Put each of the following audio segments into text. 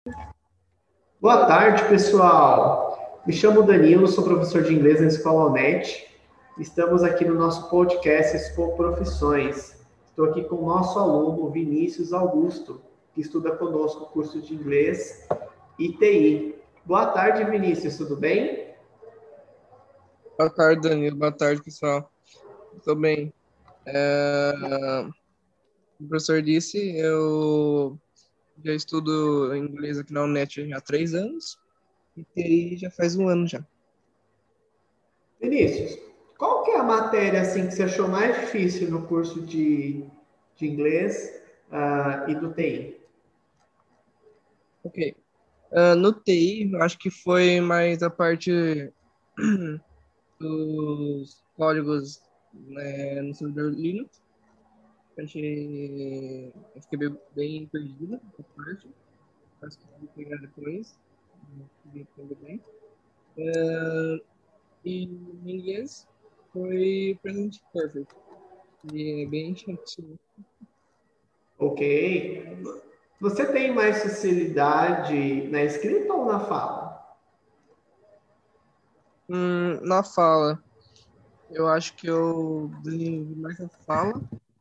Boa tarde, pessoal. Me chamo Danilo, sou professor de inglês na Escola UNET. Estamos aqui no nosso podcast Expo Profissões. Estou aqui com o nosso aluno Vinícius Augusto, que estuda conosco o curso de inglês e TI. Boa tarde, Vinícius, tudo bem? Boa tarde, Danilo. Boa tarde, pessoal. Estou bem. O professor disse, eu já estudo inglês aqui na UNET já há 3 anos e TI já faz um ano já. Vinícius, qual que é a matéria assim que você achou mais difícil no curso de inglês e do TI? Ok. No TI, eu acho que foi mais a parte dos códigos, né, no servidor Linux. Eu fiquei bem perdido nessa parte. Acho que vou pegar depois. Não consegui entender bem. E em inglês foi Present Perfect. E é bem chatinho. Ok. Você tem mais facilidade na escrita ou na fala? Na fala, eu acho que eu desenvolvi mais a fala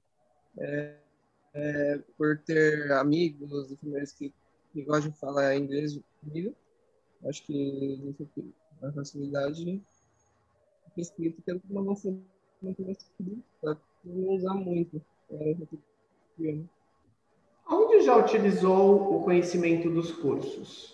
por ter amigos e famílias que gostam de falar inglês comigo. Acho que isso aqui, a facilidade de escrita que eu não vou ser muito mais escrito, só que não usar muito. Eu tô criando. Onde já utilizou o conhecimento dos cursos?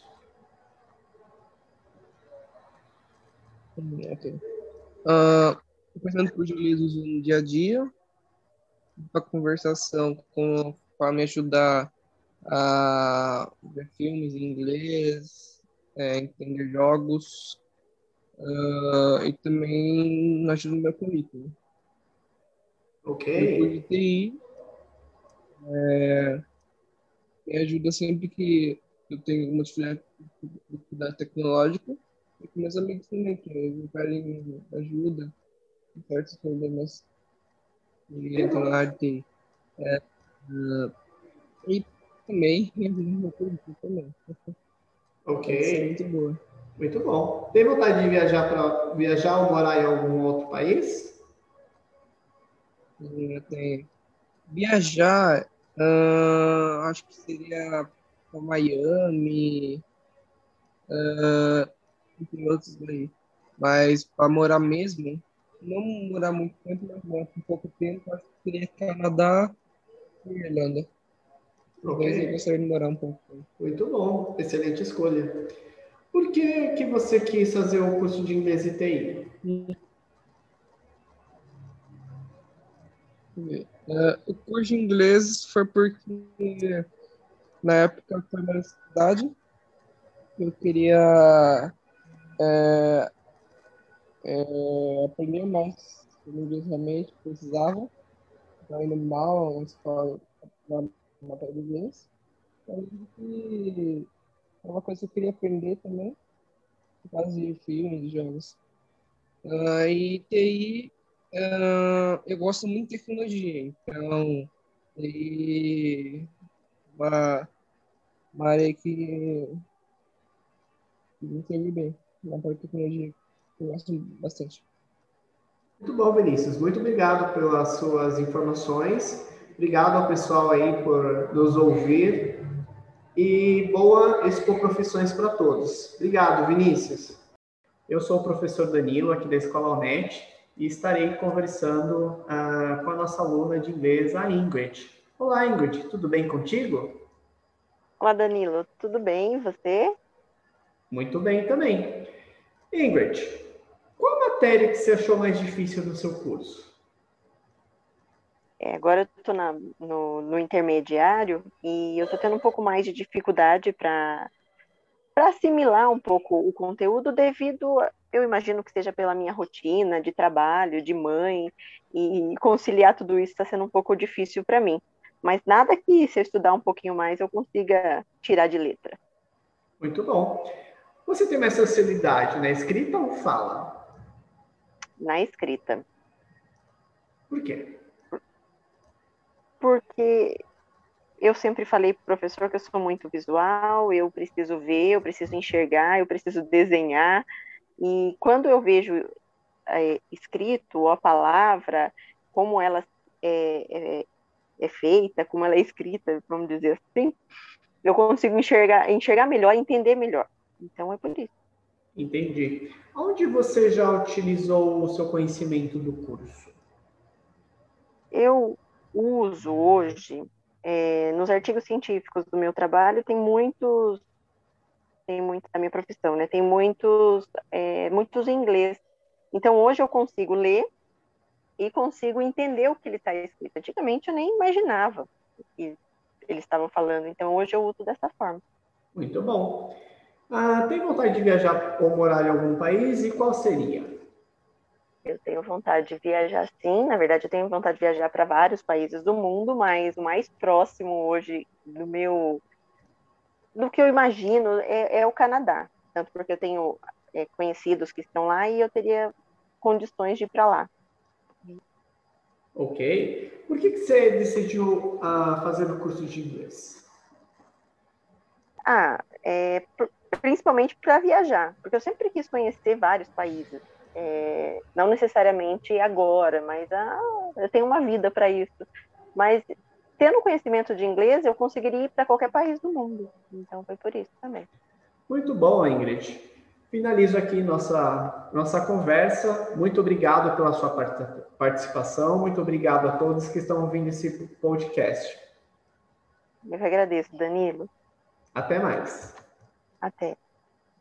Ok. Ah, o pensamento que eu uso no dia a dia, para conversação para me ajudar a ver filmes em inglês, entender jogos, e também ajuda no meu currículo. Ok. No curso de TI, me ajuda sempre que eu tenho uma dificuldade tecnológica, e com meus amigos também, que eles pedem ajuda em certos problemas que entram na área de TI. E também me ajuda no meu currículo também. Ok. Pode ser muito boa. Muito bom. Tem vontade de viajar para viajar ou morar em algum outro país? Tem viajar, acho que seria para Miami, entre outros daí. Mas para morar mesmo, não morar muito tempo, mas morar por pouco tempo, acho que seria Canadá e Irlanda. Os Ok. dois eu gostaria de morar um pouco. Muito bom. Excelente escolha. Por que você quis fazer o curso de inglês e TI? O curso de inglês foi porque na época foi na cidade, eu queria aprender mais sobre inglês realmente, precisava. Estava indo mal na escola, na matéria de inglês. Aí que é uma coisa que eu queria aprender também, por causa de filmes e jogos. E TI, eu gosto muito de tecnologia, então TI é uma área que me serve bem, na parte de tecnologia, eu gosto bastante. Muito bom, Vinícius. Muito obrigado pelas suas informações. Obrigado ao pessoal aí por nos ouvir. E boa Expo Profissões para todos. Obrigado, Vinícius. Eu sou o professor Danilo, aqui da Escola UNET, e estarei conversando com a nossa aluna de inglês, a Ingrid. Olá, Ingrid, tudo bem contigo? Olá, Danilo, tudo bem? E você? Muito bem também. Ingrid, qual matéria que você achou mais difícil no seu curso? Agora eu estou no intermediário e eu estou tendo um pouco mais de dificuldade para assimilar um pouco o conteúdo devido, eu imagino que seja pela minha rotina de trabalho, de mãe, e conciliar tudo isso está sendo um pouco difícil para mim. Mas nada que se eu estudar um pouquinho mais eu consiga tirar de letra. Muito bom. Você tem mais facilidade na escrita ou fala? Na escrita. Por quê? Porque eu sempre falei para o professor que eu sou muito visual, eu preciso ver, eu preciso enxergar, eu preciso desenhar. E quando eu vejo escrito a palavra, como ela é feita, como ela é escrita, vamos dizer assim, eu consigo enxergar melhor, entender melhor. Então é por isso. Entendi. Onde você já utilizou o seu conhecimento do curso? Eu uso hoje, nos artigos científicos do meu trabalho, tem muitos da minha profissão, né? Tem muitos em inglês. Então hoje eu consigo ler e consigo entender o que ele está escrito. Antigamente eu nem imaginava o que eles estavam falando, então hoje eu uso dessa forma. Muito bom. Tem vontade de viajar ou morar em algum país e qual seria? Eu tenho vontade de viajar, sim. Na verdade, eu tenho vontade de viajar para vários países do mundo, mas o mais próximo hoje do que eu imagino é o Canadá. Tanto porque eu tenho conhecidos que estão lá e eu teria condições de ir para lá. Ok. Por que você decidiu fazer o curso de inglês? Principalmente para viajar, porque eu sempre quis conhecer vários países. Não necessariamente agora, mas eu tenho uma vida para isso. Mas tendo conhecimento de inglês, eu conseguiria ir para qualquer país do mundo. Então foi por isso também. Muito bom, Ingrid. Finalizo aqui nossa conversa. Muito obrigado pela sua participação. Muito obrigado a todos que estão ouvindo esse podcast. Eu que agradeço, Danilo. Até mais. Até.